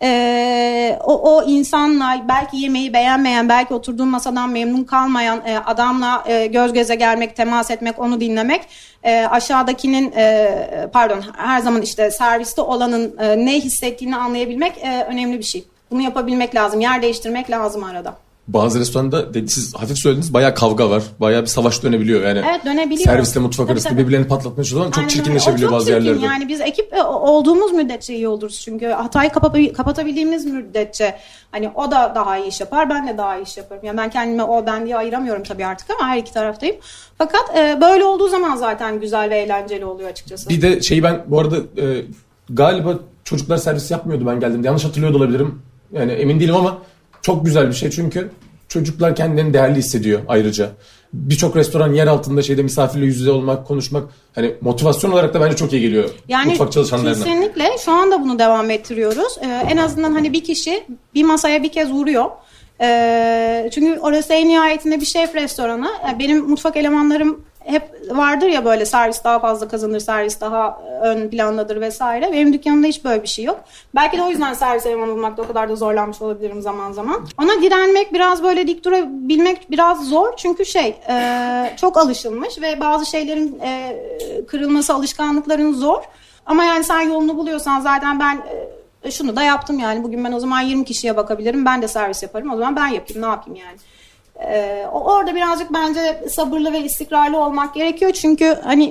o insanla belki yemeği beğenmeyen, belki oturduğun masadan memnun kalmayan adamla göz göze gelmek, temas etmek, onu dinlemek, aşağıdakinin her zaman işte serviste olanın ne hissettiğini anlayabilmek önemli bir şey. Bunu yapabilmek lazım. Yer değiştirmek lazım arada. Bazı restoranda siz hafif söylediniz, bayağı kavga var. Bayağı bir savaş dönebiliyor yani. Evet, dönebiliyor. Servisle mutfak arasında birbirlerini patlatmaya çalışıyorlar. Çok çirkinleşebiliyor bazı yerlerde. Yani biz ekip olduğumuz müddetçe iyi oluruz. Çünkü hatayı kapatabildiğimiz müddetçe hani o da daha iyi iş yapar, ben de daha iyi iş yaparım. Yani ben kendime o ben diye ayıramıyorum tabii artık ama her iki taraftayım. Fakat böyle olduğu zaman zaten güzel ve eğlenceli oluyor açıkçası. Bir de ben bu arada galiba çocuklar servis yapmıyordu ben geldiğimde. Yanlış hatırlıyor da olabilirim. Yani emin değilim ama çok güzel bir şey çünkü çocuklar kendilerini değerli hissediyor ayrıca. Birçok restoran yer altında misafirle yüz yüze olmak, konuşmak, hani motivasyon olarak da bence çok iyi geliyor yani mutfak çalışanlarına. Kesinlikle şu anda bunu devam ettiriyoruz. En azından hani bir kişi bir masaya bir kez vuruyor. Çünkü orası en nihayetinde bir şef restoranı. Benim mutfak elemanlarım hep vardır ya, böyle servis daha fazla kazanır, servis daha ön plandadır vesaire. Benim dükkanımda hiç böyle bir şey yok. Belki de o yüzden servis elemanı bulmakta o kadar da zorlanmış olabilirim zaman zaman. Ona direnmek, biraz böyle dik durabilmek biraz zor. Çünkü çok alışılmış ve bazı şeylerin kırılması, alışkanlıkların zor. Ama yani sen yolunu buluyorsan zaten ben şunu da yaptım yani. Bugün ben o zaman 20 kişiye bakabilirim. Ben de servis yaparım. O zaman ben yapayım. Ne yapayım yani? Orada birazcık bence sabırlı ve istikrarlı olmak gerekiyor. Çünkü hani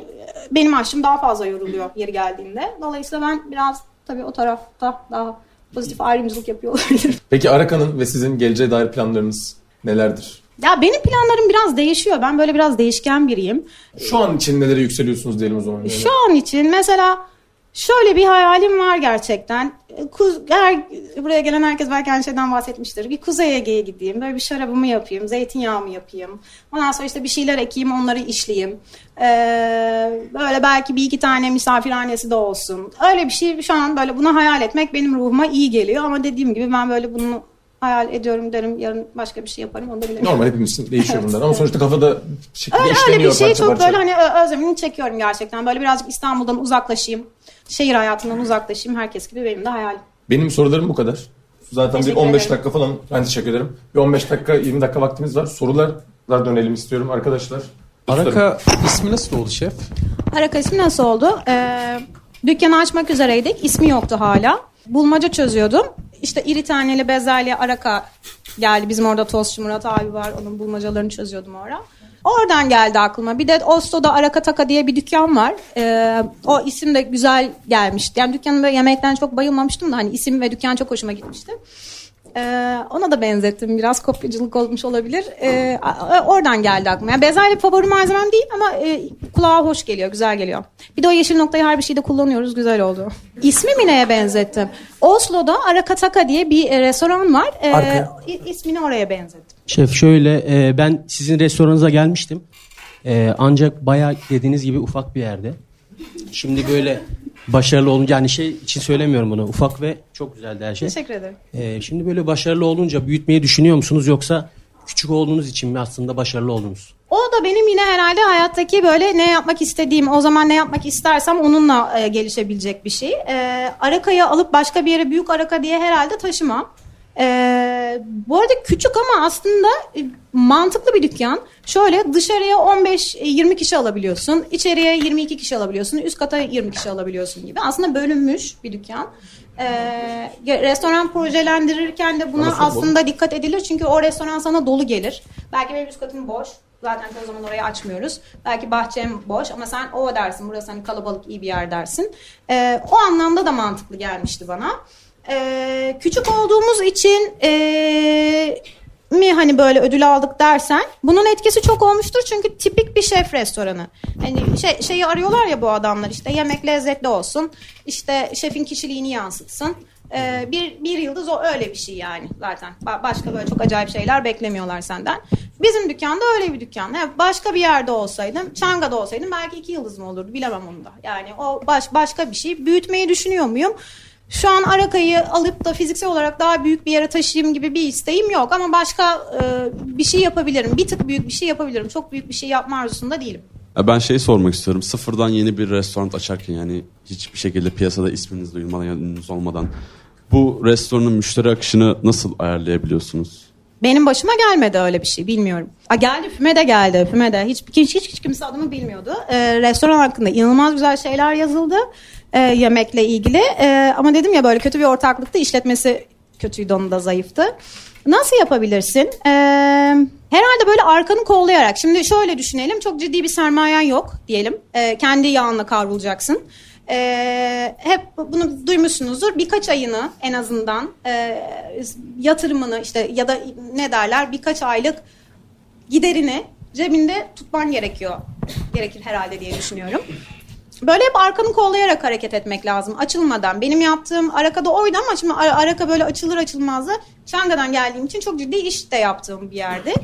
benim aşçım daha fazla yoruluyor yeri geldiğinde. Dolayısıyla ben biraz tabii o tarafta daha pozitif ayrımcılık yapıyor olabilirim. Peki Araka'nın ve sizin geleceğe dair planlarınız nelerdir? Ya benim planlarım biraz değişiyor. Ben böyle biraz değişken biriyim. Şu an için nelere yükseliyorsunuz diyelim o zaman. Yani. Şu an için mesela şöyle bir hayalim var gerçekten. Buraya gelen herkes belki aynı şeyden bahsetmiştir. Bir Kuzey Ege'ye gideyim. Böyle bir şarabımı yapayım. Zeytinyağımı yapayım. Ondan sonra işte bir şeyler ekeyim. Onları işleyeyim. Böyle belki bir iki tane misafirhanesi de olsun. Öyle bir şey şu an böyle bunu hayal etmek benim ruhuma iyi geliyor. Ama dediğim gibi ben böyle bunu hayal ediyorum derim. Yarın başka bir şey yaparım. Onu da bilemiyorum. Normal hepimiz değişiyor bunlar. Ama sonuçta kafada şekilde öyle işleniyor bir şey parça çok parça. böyle hani özlemini çekiyorum gerçekten. Böyle birazcık İstanbul'dan uzaklaşayım. Şehir hayatından uzaklaşayım. Herkes gibi benim de hayalim. Benim sorularım bu kadar. Zaten bir 15 dakika falan. Ben teşekkür ederim. Bir 15 dakika 20 dakika vaktimiz var. Sorulara dönelim istiyorum arkadaşlar. Araka ismi nasıl oldu şef? Araka ismi nasıl oldu? Dükkanı açmak üzereydik. İsmi yoktu hala. Bulmaca çözüyordum. İşte iri taneli bezelye Araka geldi. Bizim orada tostçu Murat abi var. Onun bulmacalarını çözüyordum orada. Oradan geldi aklıma. Bir de Oslo'da Araka Taka diye bir dükkan var. O isim de güzel gelmişti. Yani dükkanın böyle yemekten çok bayılmamıştım da hani isim ve dükkan çok hoşuma gitmişti. Ona da benzettim. Biraz kopyacılık olmuş olabilir. Oradan geldi aklıma. Yani bezelye favori malzemem değil ama kulağa hoş geliyor, güzel geliyor. Bir de o yeşil noktayı her bir şeyde kullanıyoruz. Güzel oldu. İsmimi neye benzettim? Oslo'da Araka Taka diye bir restoran var. İsmini oraya benzettim. Şef şöyle ben sizin restoranınıza gelmiştim. Ancak bayağı dediğiniz gibi ufak bir yerde. Şimdi böyle başarılı olunca hani şey için söylemiyorum bunu. Ufak ve çok güzeldi her şey. Teşekkür ederim. Şimdi böyle başarılı olunca büyütmeyi düşünüyor musunuz yoksa küçük olduğunuz için mi aslında başarılı oldunuz? O da benim yine herhalde hayattaki böyle ne yapmak istediğim, o zaman ne yapmak istersem onunla gelişebilecek bir şey. Araka'yı alıp başka bir yere büyük Araka diye herhalde taşımam. Bu arada küçük ama aslında mantıklı bir dükkan. Şöyle dışarıya 15-20 kişi alabiliyorsun. İçeriye 22 kişi alabiliyorsun. Üst kata 20 kişi alabiliyorsun gibi. Aslında bölünmüş bir dükkan. Restoran projelendirirken de buna aslında dikkat edilir. Çünkü o restoran sana dolu gelir. Belki benim üst katım boş. Zaten o zaman orayı açmıyoruz. Belki bahçem boş ama sen o dersin. Burası hani kalabalık iyi bir yer dersin. O anlamda da mantıklı gelmişti bana. Küçük olduğumuz için mi hani böyle ödül aldık dersen bunun etkisi çok olmuştur çünkü tipik bir şef restoranı. Hani şeyi arıyorlar ya bu adamlar işte yemek lezzetli olsun işte şefin kişiliğini yansıtsın. Bir yıldız o öyle bir şey yani zaten. Başka böyle çok acayip şeyler beklemiyorlar senden. Bizim dükkanda öyle bir dükkan. Başka bir yerde olsaydım, Çanga'da olsaydım belki 2 yıldız mı olurdu bilemem onu da. Yani o başka bir şey. Büyütmeyi düşünüyor muyum? Şu an Araka'yı alıp da fiziksel olarak daha büyük bir yere taşıyayım gibi bir isteğim yok. Ama başka bir şey yapabilirim. Bir tık büyük bir şey yapabilirim. Çok büyük bir şey yapma arzusunda değilim. Ben sormak istiyorum. Sıfırdan yeni bir restoran açarken yani hiçbir şekilde piyasada isminiz duyulmadan, ününüz olmadan bu restoranın müşteri akışını nasıl ayarlayabiliyorsunuz? Benim başıma gelmedi öyle bir şey. Bilmiyorum. Geldi. Füme de geldi. Füme de. Hiç kimse adımı bilmiyordu. Restoran hakkında inanılmaz güzel şeyler yazıldı. Yemekle ilgili. Ama dedim ya böyle kötü bir ortaklıkta işletmesi kötüydü, onun da zayıftı. Nasıl yapabilirsin? Herhalde böyle arkanı kollayarak. Şimdi şöyle düşünelim. Çok ciddi bir sermayen yok diyelim. Kendi yağınla kavrulacaksın. Hep bunu duymuşsunuzdur. Birkaç ayını en azından yatırımını işte ya da ne derler birkaç aylık giderini cebinde tutman gerekir herhalde diye düşünüyorum. Böyle hep arkanı kollayarak hareket etmek lazım. Açılmadan. Benim yaptığım Araka'da oydu ama şimdi Araka böyle açılır açılmaz da Çanga'dan geldiğim için çok ciddi iş de yaptığım bir yerdi.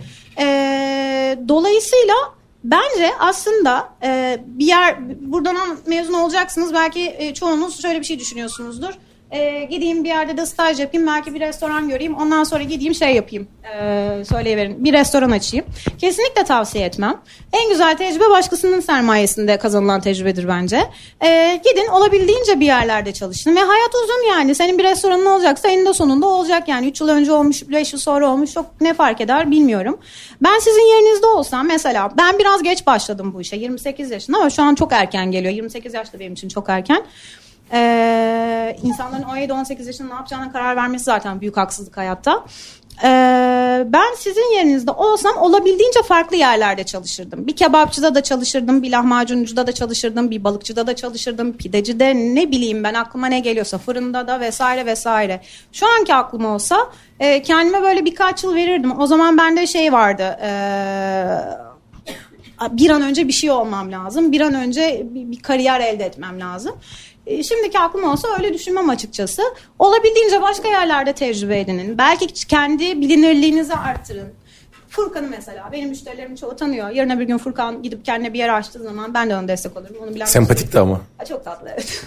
Dolayısıyla bence aslında bir yer buradan mezun olacaksınız. Belki çoğunuz şöyle bir şey düşünüyorsunuzdur. Gideyim bir yerde de staj yapayım. Belki bir restoran göreyim. Ondan sonra gideyim yapayım. Söyleyiverin. Bir restoran açayım. Kesinlikle tavsiye etmem. En güzel tecrübe başkasının sermayesinde kazanılan tecrübedir bence. Gidin olabildiğince bir yerlerde çalışın. Ve hayat uzun yani. Senin bir restoranın olacaksa eninde sonunda olacak yani. 3 yıl önce olmuş, 5 yıl sonra olmuş. Çok ne fark eder bilmiyorum. Ben sizin yerinizde olsam mesela ben biraz geç başladım bu işe. 28 yaşında ama şu an çok erken geliyor. 28 yaş da benim için çok erken. İnsanların 17-18 yaşında ne yapacağına karar vermesi zaten büyük haksızlık hayatta. Ben sizin yerinizde olsam olabildiğince farklı yerlerde çalışırdım. Bir kebapçıda da çalışırdım, bir lahmacuncuda da çalışırdım, bir balıkçıda da çalışırdım, pidecide, ne bileyim ben, aklıma ne geliyorsa, fırında da vesaire vesaire. Şu anki aklım olsa kendime böyle birkaç yıl verirdim. O zaman bende şey vardı, bir an önce bir şey olmam lazım, bir an önce bir kariyer elde etmem lazım. Şimdiki aklım olsa öyle düşünmem açıkçası. Olabildiğince başka yerlerde tecrübe edinin. Belki kendi bilinirliğinizi artırın. Furkan'ı mesela, benim müşterilerim çoğu tanıyor. Yarın öbür gün Furkan gidip kendine bir yer açtığı zaman ben de ona destek olurum. Onu bilen sempatik de ama. Çok tatlı, evet.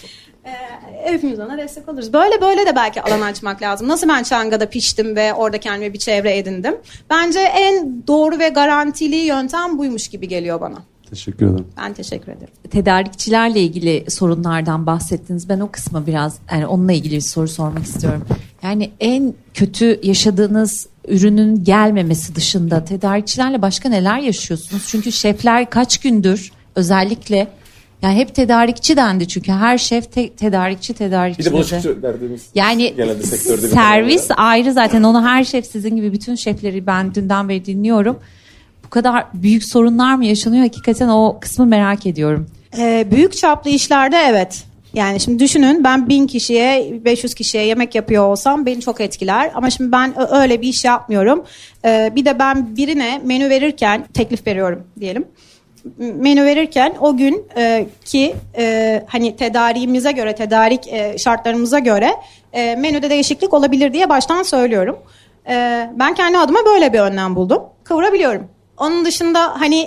Hepimiz ona destek oluruz. Böyle de belki alan açmak lazım. Nasıl ben Çanga'da piştim ve orada kendime bir çevre edindim. Bence en doğru ve garantili yöntem buymuş gibi geliyor bana. Teşekkür ederim. Ben teşekkür ederim. Tedarikçilerle ilgili sorunlardan bahsettiniz. Ben o kısma biraz, yani onunla ilgili bir soru sormak istiyorum. Yani en kötü yaşadığınız ürünün gelmemesi dışında tedarikçilerle başka neler yaşıyorsunuz? Çünkü şefler kaç gündür özellikle, yani hep tedarikçi dendi çünkü her şef tedarikçi Bir de bulaşıkçı dedi. derdimiz. Yani Genelde sektörde bir servis ayrı zaten, onu her şef, sizin gibi bütün şefleri ben dünden beri dinliyorum. Bu kadar büyük sorunlar mı yaşanıyor? Hakikaten o kısmı merak ediyorum. Büyük çaplı işlerde evet. Yani şimdi düşünün, ben 1000 kişiye 500 kişiye yemek yapıyor olsam beni çok etkiler. Ama şimdi ben öyle bir iş yapmıyorum. Bir de ben birine menü verirken, teklif veriyorum diyelim. Menü verirken o gün ki hani tedariğimize göre, tedarik şartlarımıza göre menüde değişiklik olabilir diye baştan söylüyorum. Ben kendi adıma böyle bir önlem buldum. Kıvırabiliyorum. Onun dışında hani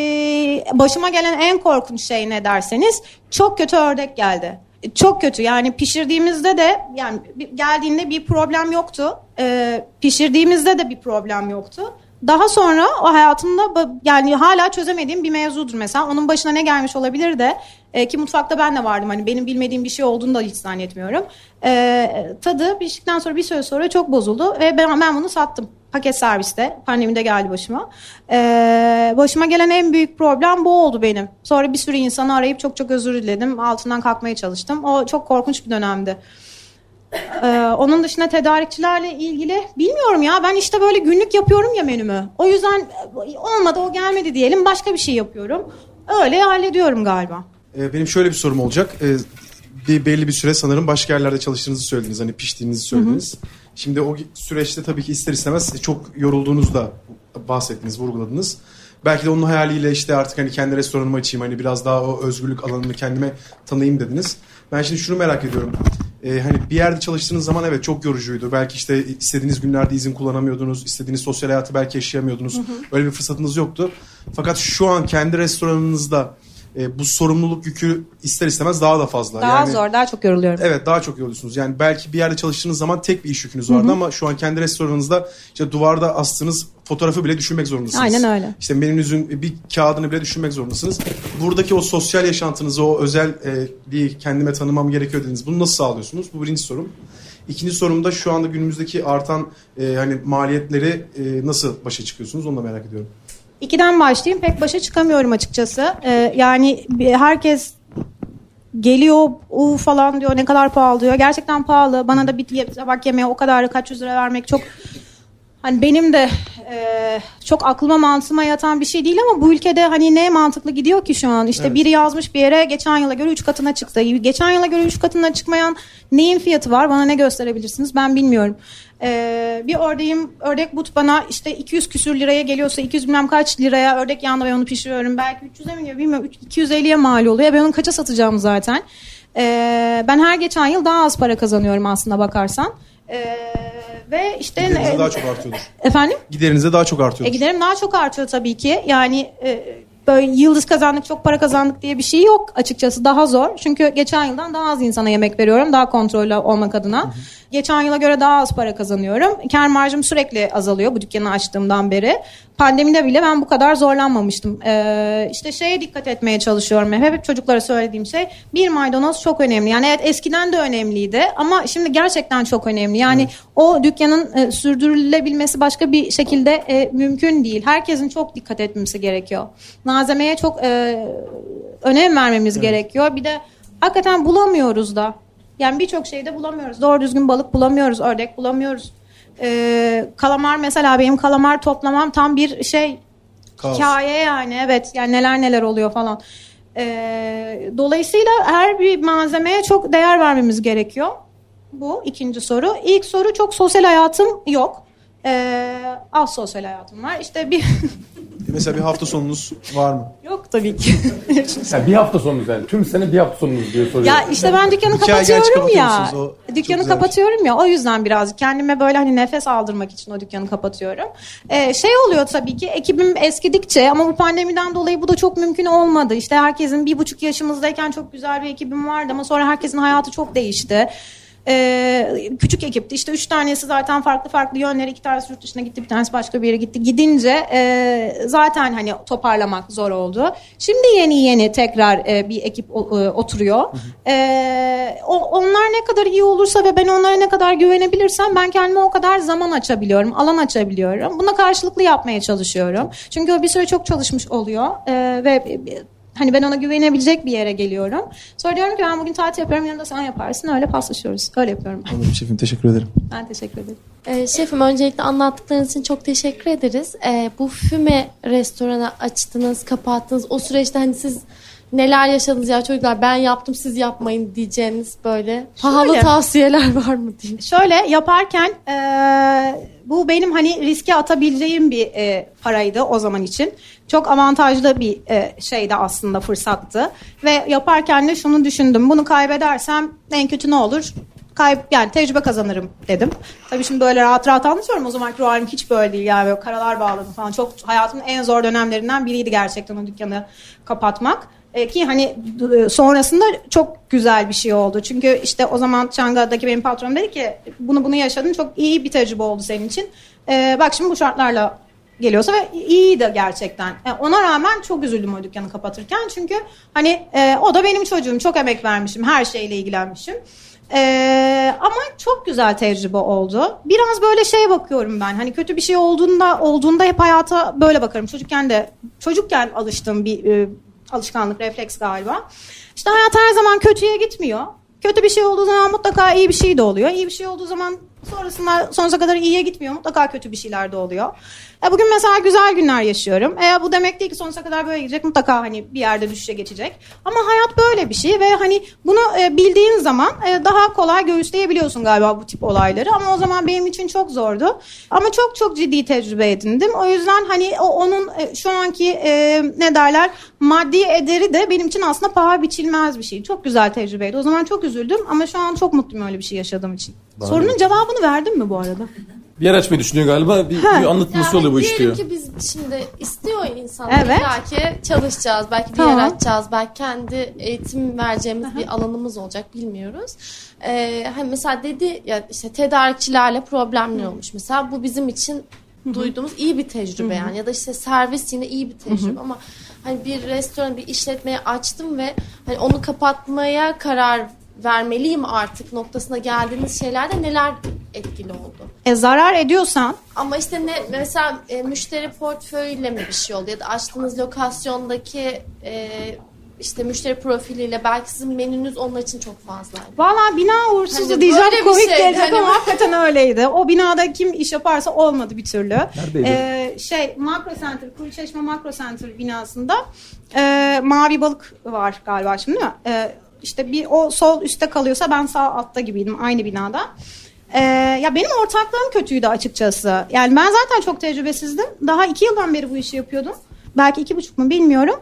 başıma gelen en korkunç şey ne derseniz, çok kötü ördek geldi. Çok kötü, yani pişirdiğimizde de, yani geldiğinde bir problem yoktu. Pişirdiğimizde de bir problem yoktu. Daha sonra o hayatımda yani hala çözemediğim bir mevzudur mesela. Onun başına ne gelmiş olabilir de ki mutfakta ben de vardım. Hani benim bilmediğim bir şey olduğunu da hiç zannetmiyorum. Tadı piştikten sonra bir süre sonra çok bozuldu ve ben bunu sattım. Paket serviste. Pandemide geldi başıma. Başıma gelen en büyük problem bu oldu benim. Sonra bir sürü insanı arayıp çok çok özür diledim. Altından kalkmaya çalıştım. O çok korkunç bir dönemdi. Onun dışında tedarikçilerle ilgili bilmiyorum ya, ben işte böyle günlük yapıyorum ya menümü. O yüzden olmadı, o gelmedi diyelim, başka bir şey yapıyorum. Öyle hallediyorum galiba. Benim şöyle bir sorum olacak. Belli bir süre sanırım başka yerlerde çalıştığınızı söylediniz. Hani piştiğinizi söylediniz. Hı hı. Şimdi o süreçte tabii ki ister istemez çok yorulduğunuzu da bahsettiniz, vurguladınız. Belki de onun hayaliyle işte artık hani kendi restoranımı açayım, hani biraz daha o özgürlük alanını kendime tanıyayım dediniz. Ben şimdi şunu merak ediyorum. Hani bir yerde çalıştığınız zaman evet çok yorucuydu. Belki işte istediğiniz günlerde izin kullanamıyordunuz. İstediğiniz sosyal hayatı belki yaşayamıyordunuz. Hı hı. Öyle bir fırsatınız yoktu. Fakat şu an kendi restoranınızda bu sorumluluk yükü ister istemez daha da fazla. Daha yani, zor, daha çok yoruluyorum. Evet, daha çok yoruluyorsunuz. Yani belki bir yerde çalıştığınız zaman tek bir iş yükünüz vardı, hı hı, ama şu an kendi restoranınızda işte duvarda astığınız fotoğrafı bile düşünmek zorundasınız. Aynen öyle. İşte menünüzün bir kağıdını bile düşünmek zorundasınız. Buradaki o sosyal yaşantınızı, o özel bir kendime tanımam gerekiyor dediniz. Bunu nasıl sağlıyorsunuz? Bu birinci sorum. İkinci sorum da şu anda günümüzdeki artan hani maliyetleri nasıl başa çıkıyorsunuz? Onu da merak ediyorum. 2'den başlayayım. Pek başa çıkamıyorum açıkçası. Yani herkes geliyor falan diyor, ne kadar pahalı diyor. Gerçekten pahalı. Bana da bir tabak yemeğe o kadar kaç yüz lira vermek çok, hani benim de çok aklıma mantığıma yatan bir şey değil ama bu ülkede hani ne mantıklı gidiyor ki şu an? İşte evet, biri yazmış bir yere geçen yıla göre 3 katına çıktı. Geçen yıla göre 3 katına çıkmayan neyin fiyatı var? Bana ne gösterebilirsiniz? Ben bilmiyorum. Bir ördek but bana işte 200 küsür liraya geliyorsa, 200 bilmem kaç liraya ördek yağında ben onu pişiriyorum. Belki 300'e mi geliyor bilmiyorum, 250'ye mal oluyor. Ben onu kaça satacağım zaten? Ben her geçen yıl daha az para kazanıyorum aslında bakarsan. Ve işte giderinize daha çok artıyordur. Efendim? Giderinize daha çok artıyordur. Giderim daha çok artıyor tabii ki. Yani böyle yıldız kazandık, çok para kazandık diye bir şey yok açıkçası. Daha zor. Çünkü geçen yıldan daha az insana yemek veriyorum. Daha kontrollü olmak adına. Hı hı. Geçen yıla göre daha az para kazanıyorum. Kâr marjım sürekli azalıyor bu dükkanı açtığımdan beri. Pandemide bile ben bu kadar zorlanmamıştım. İşte şeye dikkat etmeye çalışıyorum. Hep çocuklara söylediğim şey, bir maydanoz çok önemli. Yani evet, eskiden de önemliydi ama şimdi gerçekten çok önemli. Yani evet, o dükkanın sürdürülebilmesi başka bir şekilde mümkün değil. Herkesin çok dikkat etmesi gerekiyor. Malzemeye çok önem vermemiz gerekiyor. Bir de hakikaten bulamıyoruz da. Yani birçok şeyde bulamıyoruz. Doğru düzgün balık bulamıyoruz, ördek bulamıyoruz. Kalamar mesela, benim kalamar toplamam tam bir şey Kaos. hikaye yani, evet yani neler oluyor falan. Dolayısıyla her bir malzemeye çok değer vermemiz gerekiyor. Bu ikinci soru. İlk soru, çok sosyal hayatım yok. Az sosyal hayatım var. İşte bir Mesela bir hafta sonunuz var mı? yok tabii ki. Yani bir hafta sonunuz yani. Tüm sene bir hafta sonunuz diye soruyorum. Ya işte ben dükkanı İki ay gerçi kapatıyorum ya. kapatıyor musunuz? O çok Dükkanı güzel. kapatıyorum ya. O yüzden birazcık kendime böyle hani nefes aldırmak için o dükkanı kapatıyorum. Şey oluyor tabii ki, ekibim eskidikçe, ama bu pandemiden dolayı bu da çok mümkün olmadı. İşte herkesin 1,5 yaşımızdayken çok güzel bir ekibim vardı ama sonra herkesin hayatı çok değişti. Küçük ekipti. İşte 3 tanesi zaten farklı yönlere, 2 tanesi yurt dışına gitti, bir tanesi başka bir yere gitti. Gidince zaten hani toparlamak zor oldu. Şimdi yeni tekrar bir ekip oturuyor. Onlar ne kadar iyi olursa ve ben onlara ne kadar güvenebilirsem ben kendime o kadar zaman açabiliyorum, alan açabiliyorum. Buna karşılıklı yapmaya çalışıyorum. Çünkü o bir süre çok çalışmış oluyor ve hani ben ona güvenebilecek bir yere geliyorum. Sonra diyorum ki ben bugün tatil yapıyorum, yarın da sen yaparsın. Öyle paslaşıyoruz. Öyle yapıyorum ben. Anladım şefim, teşekkür ederim. Ben teşekkür ederim. Şefim, öncelikle anlattıklarınız için çok teşekkür ederiz. Bu Füme restoranı açtınız, kapattınız. O süreçte hani siz neler yaşadınız ya çocuklar, ben yaptım siz yapmayın diyeceğiniz böyle pahalı tavsiyeler var mı diyeyim. Şöyle yaparken bu benim hani riske atabileceğim bir paraydı o zaman için. Çok avantajlı bir şeydi aslında, fırsattı. Ve yaparken de şunu düşündüm. Bunu kaybedersem en kötü ne olur? Yani tecrübe kazanırım dedim. Tabii şimdi böyle rahat anlatıyorum. O zamanki ruh halim hiç böyle değil. Yani böyle karalar bağladım falan. Çok hayatımın en zor dönemlerinden biriydi gerçekten o dükkanı kapatmak. Ki hani sonrasında çok güzel bir şey oldu. Çünkü işte o zaman Çankaya'daki benim patronum dedi ki bunu yaşadın, çok iyi bir tecrübe oldu senin için. Bak şimdi bu şartlarla geliyorsa, ve iyiydi gerçekten. Ona rağmen çok üzüldüm o dükkanı kapatırken. Çünkü hani o da benim çocuğum. Çok emek vermişim. Her şeyle ilgilenmişim. Ama çok güzel tecrübe oldu. Biraz böyle şeye bakıyorum ben. Hani kötü bir şey olduğunda hep hayata böyle bakarım. Çocukken alıştığım bir alışkanlık, refleks galiba. İşte hayat her zaman kötüye gitmiyor. Kötü bir şey olduğu zaman mutlaka iyi bir şey de oluyor. İyi bir şey olduğu zaman sonrasında sonsuza kadar iyiye gitmiyor. Mutlaka kötü bir şeyler de oluyor. Bugün mesela güzel günler yaşıyorum. Bu demek değil ki sonsuza kadar böyle gidecek. Mutlaka hani bir yerde düşüşe geçecek. Ama hayat böyle bir şey ve hani bunu bildiğin zaman daha kolay göğüsleyebiliyorsun galiba bu tip olayları. Ama o zaman benim için çok zordu. Ama çok ciddi tecrübe edindim. O yüzden hani onun şu anki ne derler, maddi ederi de benim için aslında paha biçilmez bir şey. Çok güzel tecrübeydi. O zaman çok üzüldüm ama şu an çok mutluyum öyle bir şey yaşadığım için. Sorunun cevabını verdim mi bu arada? Bir yer açmayı düşünüyor galiba. Bir anlatması oluyor bu iş diyor. Diyelim ki biz şimdi istiyor insanlar belki çalışacağız, belki bir yer açacağız, belki kendi eğitim vereceğimiz bir alanımız olacak, bilmiyoruz. Hani mesela dedi ya işte tedarikçilerle problemli olmuş. Mesela bu bizim için duyduğumuz iyi bir tecrübe yani, ya da işte servis yine iyi bir tecrübe ama hani bir restoran, bir işletmeyi açtım ve hani onu kapatmaya karar vermeliyim artık noktasına geldiğiniz şeylerde neler etkili oldu? Zarar ediyorsan ama işte mesela müşteri portföyüyle mi bir şey oldu ya da açtığınız lokasyondaki işte müşteri profiliyle belki sizin menünüz onun için çok fazlaydı. Valla bina uğursuzu hani diyeceğim, komik gelecek ama hakikaten öyleydi. O binada kim iş yaparsa olmadı bir türlü. Neredeydi? Makro Center, Kuruçeşme Makro Center binasında mavi balık var galiba şimdi değil mi? İşte o sol üstte kalıyorsa ben sağ altta gibiydim aynı binada. Ya benim ortaklığım kötüydü açıkçası. Yani ben zaten çok tecrübesizdim. Daha 2 yıldan beri bu işi yapıyordum. Belki 2,5 mu bilmiyorum.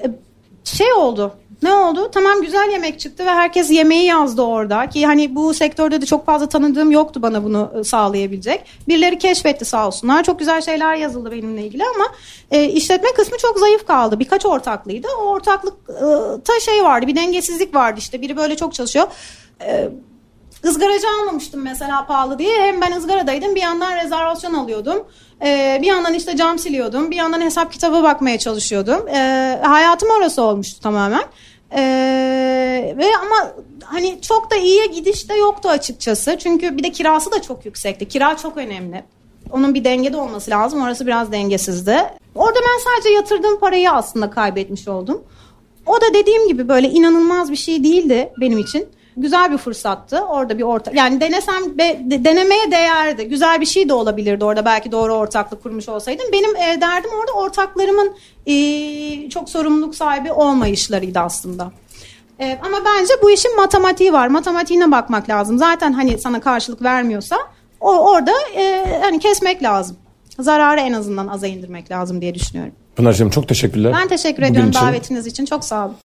Oldu. Ne oldu? Tamam, güzel yemek çıktı ve herkes yemeği yazdı orada. Ki hani bu sektörde de çok fazla tanıdığım yoktu bana bunu sağlayabilecek. Birileri keşfetti sağ olsunlar. Çok güzel şeyler yazıldı benimle ilgili ama işletme kısmı çok zayıf kaldı. Birkaç ortaklıydı. O ortaklıkta vardı. Bir dengesizlik vardı işte. Biri böyle çok çalışıyor. Izgaracı almamıştım mesela pahalı diye. Hem ben ızgaradaydım, bir yandan rezervasyon alıyordum. Bir yandan işte cam siliyordum. Bir yandan hesap kitabı bakmaya çalışıyordum. Hayatım orası olmuştu tamamen. Ve ama hani çok da iyiye gidiş de yoktu açıkçası. Çünkü bir de kirası da çok yüksekti. Kira çok önemli. Onun bir dengede olması lazım. Orası biraz dengesizdi. Orada ben sadece yatırdığım parayı aslında kaybetmiş oldum. O da dediğim gibi böyle inanılmaz bir şey değildi benim için. Güzel bir fırsattı. Orada bir yani denemeye değerdi. Güzel bir şey de olabilirdi orada, belki doğru ortaklık kurmuş olsaydım. Benim derdim orada ortaklarımın çok sorumluluk sahibi olmayışlarıydı aslında. Ama bence bu işin matematiği var. Matematiğine bakmak lazım. Zaten hani sana karşılık vermiyorsa orada hani kesmek lazım. Zararı en azından aza indirmek lazım diye düşünüyorum. Pınar'cığım çok teşekkürler. Ben teşekkür ediyorum davetiniz için. Çok sağ olun.